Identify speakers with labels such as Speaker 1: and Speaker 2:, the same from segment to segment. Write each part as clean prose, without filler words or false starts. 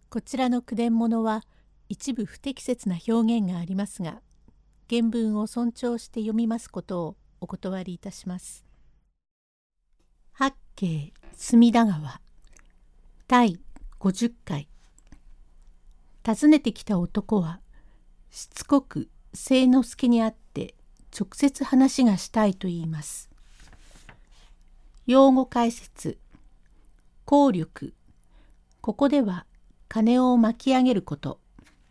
Speaker 1: こちらの句伝物は一部不適切な表現がありますが、原文を尊重して読みますことをお断りいたします。八景隅田川第50回。訪ねてきた男はしつこく清之助に会って直接話がしたいと言います。用語解説。効力。ここでは金を巻き上げること。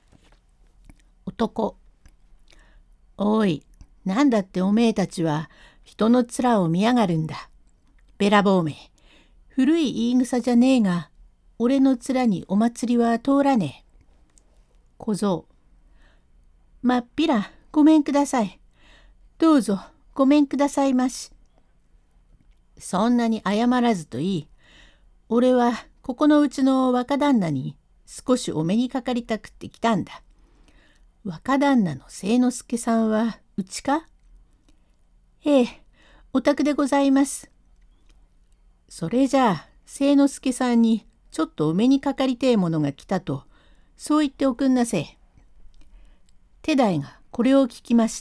Speaker 1: 男。おい、なんだっておめえたちは人の面を見やがるんだ。べらぼうめ。古い言い草じゃねえが、俺の面にお祭りは通らねえ。小僧。まっぴらごめんください。どうぞごめんくださいまし。そんなに謝らずといい。俺はここのうちの若旦那に少しお目にかかりたくって来たんだ。若旦那の清之助さんはうちか？ええ、お宅でございます。それじゃあ清之助さんにちょっとお目にかかりてえものが来たと、そう言っておくんなせえ。手代がこれを聞きまして、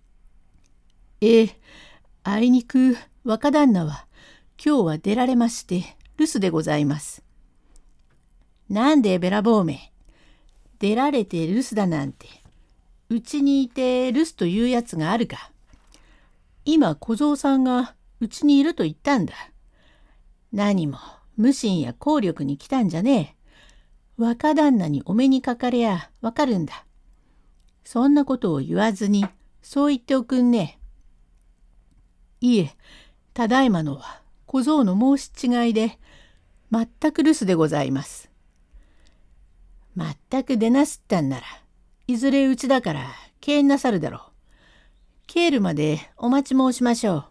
Speaker 1: あいにく若旦那は今日は出られまして留守でございます。なんでべらぼうめ。出られて留守だなんて、うちにいて留守というやつがあるか。今小僧さんがうちにいると言ったんだ。何も無心や効力に来たんじゃねえ。若旦那にお目にかかりゃわかるんだ。そんなことを言わずにそう言っておくんね。いえ、ただいまのは小僧の申し違いで、全く留守でございます。まったく出なすったんなら、いずれうちだから帰んなさるだろう。帰るまでお待ち申しましょう。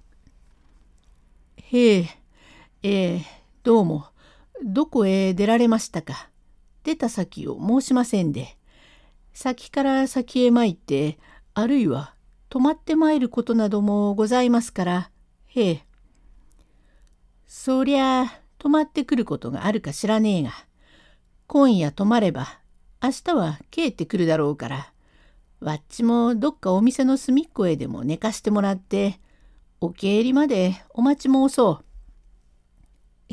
Speaker 1: へえ、どうも、どこへ出られましたか。出た先を申しませんで、先から先へ参って、あるいは泊まって参ることなどもございますから、へえ。そりゃあ泊まってくることがあるか知らねえが、今夜泊まれば明日は帰ってくるだろうから、わっちもどっかお店の隅っこへでも寝かしてもらって、お帰りまでお待ち申そう。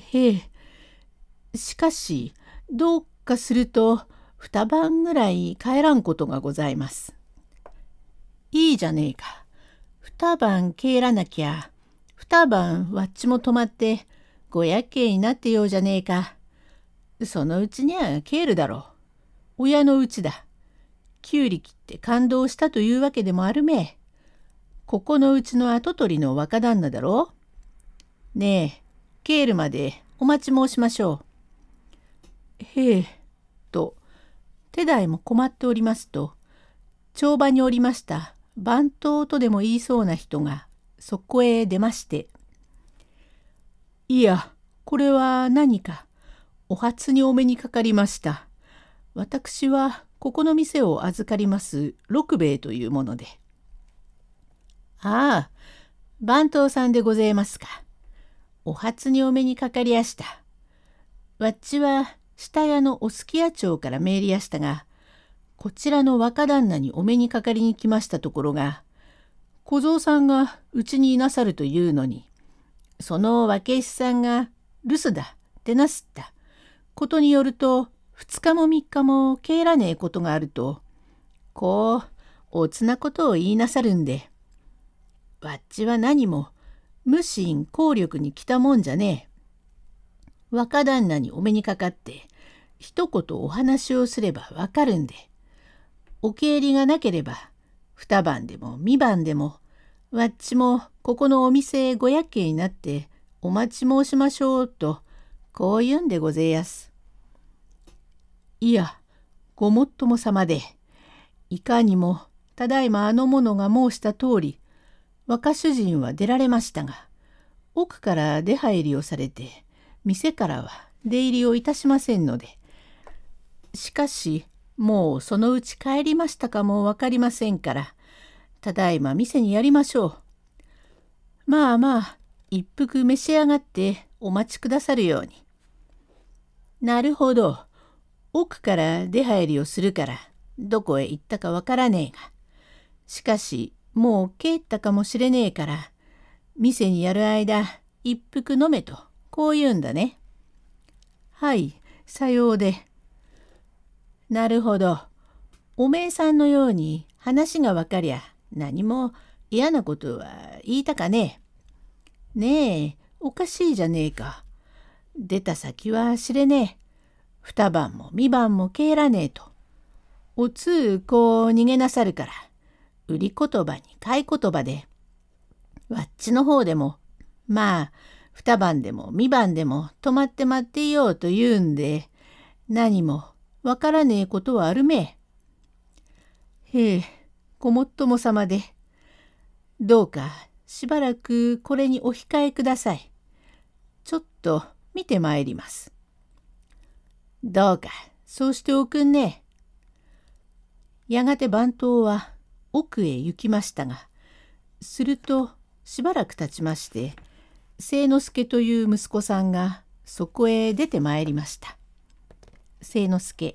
Speaker 1: へえ、しかしどうかすると二晩ぐらい帰らんことがございます。いいじゃねえか。二晩帰らなきゃ、二晩わっちも泊まってごやけになってようじゃねえか。そのうちには帰るだろう。親のうちだ。旧力って感動したというわけでもあるめえ。ここのうちの跡取りの若旦那だろう。ねえ、帰るまでお待ち申しましょう。へえ、と、手代も困っておりますと、帳場におりました番頭とでも言いそうな人がそこへ出まして、いや、これは何か。お初にお目にかかりました。私はここの店を預かります六兵衛というもので。ああ、番頭さんでございますか。お初にお目にかかりやした。わっちは下屋のおすき屋町から参りやしたが、こちらの若旦那にお目にかかりに来ましたところが、小僧さんがうちにいなさるというのに、その若石さんが留守だってなすったことによると、2日も3日も帰らねえことがあると、こうおつなことを言いなさるんで、わっちは何も無心効力に来たもんじゃねえ。若旦那にお目にかかって一言お話をすればわかるんで、お帰りがなければ二晩でも三晩でもわっちもここのお店へごやけになってお待ち申しましょうとこう言うんでごぜやす。いや、ごもっともさまで、いかにもただいまあの者が申した通り、若主人は出られましたが、奥から出入りをされて、店からは出入りをいたしませんので、しかしもうそのうち帰りましたかもわかりませんから、ただいま店にやりましょう。まあまあ、一服召し上がってお待ちくださるように。なるほど。 奥から出入りをするからどこへ行ったかわからねえが、しかしもう帰ったかもしれねえから店にやる間一服飲めとこう言うんだね。はい、さようで。なるほど。おめえさんのように話がわかりゃ何も嫌なことは言いたかねえ。ねえ、おかしいじゃねえか。出た先は知れねえ。二晩も三晩も帰らねえと。おつうこう逃げなさるから、売り言葉に買い言葉で、わっちの方でも、まあ、二晩でも三晩でも泊まって待っていようと言うんで、何もわからねえことはあるめえ。へえ、ごもっともさまで。どうかしばらくこれにお控えください。ちょっと見てまいります。どうかそうしておくんね。やがて番頭は奥へ行きましたが、するとしばらく経ちまして、清之助という息子さんがそこへ出てまいりました。清之助、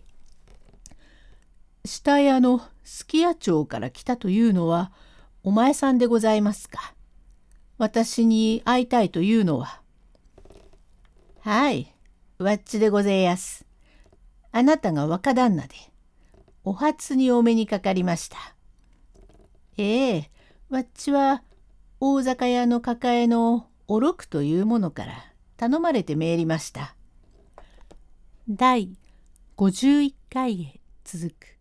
Speaker 1: 下屋のすき家町から来たというのはお前さんでございますか。私に会いたいというのは。はい、わっちでごぜえやす。あなたが若旦那で、お初にお目にかかりました。ええ、わっちは大酒屋の抱えのおろくというものから頼まれてめえりました。第51回へ続く。